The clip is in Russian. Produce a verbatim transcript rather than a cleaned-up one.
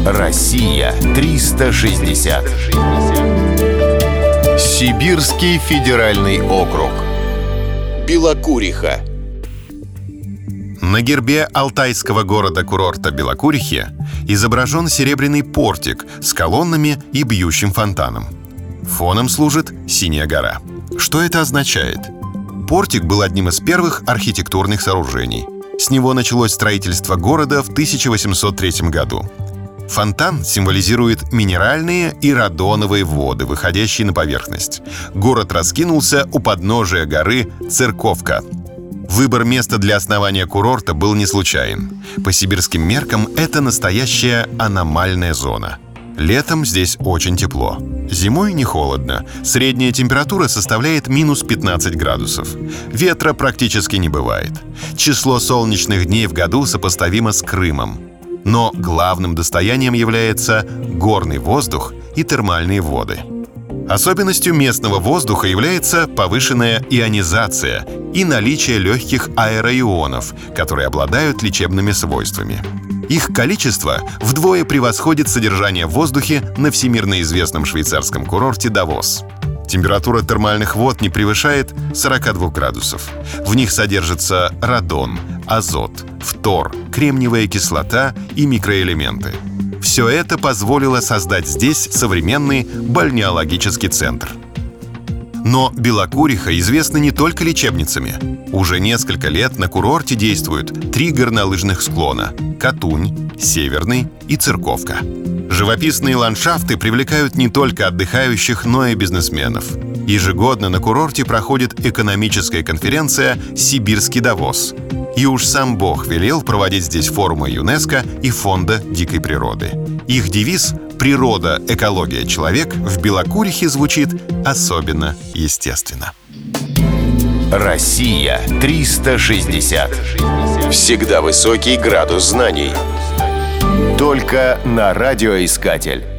Россия триста шестьдесят. Сибирский федеральный округ. Белокуриха. На гербе алтайского города-курорта Белокурихи изображен серебряный портик с колоннами и бьющим фонтаном. Фоном служит Синяя гора. Что это означает? Портик был одним из первых архитектурных сооружений. С него началось строительство города в тысяча восемьсот третьем году. Фонтан символизирует минеральные и радоновые воды, выходящие на поверхность. Город раскинулся у подножия горы Церковка. Выбор места для основания курорта был не случайен. По сибирским меркам это настоящая аномальная зона. Летом здесь очень тепло. Зимой не холодно. Средняя температура составляет минус пятнадцать градусов. Ветра практически не бывает. Число солнечных дней в году сопоставимо с Крымом. Но главным достоянием является горный воздух и термальные воды. Особенностью местного воздуха является повышенная ионизация и наличие легких аэроионов, которые обладают лечебными свойствами. Их количество вдвое превосходит содержание в воздухе на всемирно известном швейцарском курорте Давос. Температура термальных вод не превышает сорок два градусов. В них содержится радон, азот, фтор, кремниевая кислота и микроэлементы. Все это позволило создать здесь современный бальнеологический центр. Но Белокуриха известна не только лечебницами. Уже несколько лет на курорте действуют три горнолыжных склона – Катунь, Северный и Церковка. Живописные ландшафты привлекают не только отдыхающих, но и бизнесменов. Ежегодно на курорте проходит экономическая конференция «Сибирский Давос». И уж сам Бог велел проводить здесь форумы ЮНЕСКО и Фонда дикой природы. Их девиз «Природа, экология, человек» в Белокурихе звучит особенно естественно. Россия триста шестьдесят. Всегда высокий градус знаний. Только на радиоискатель.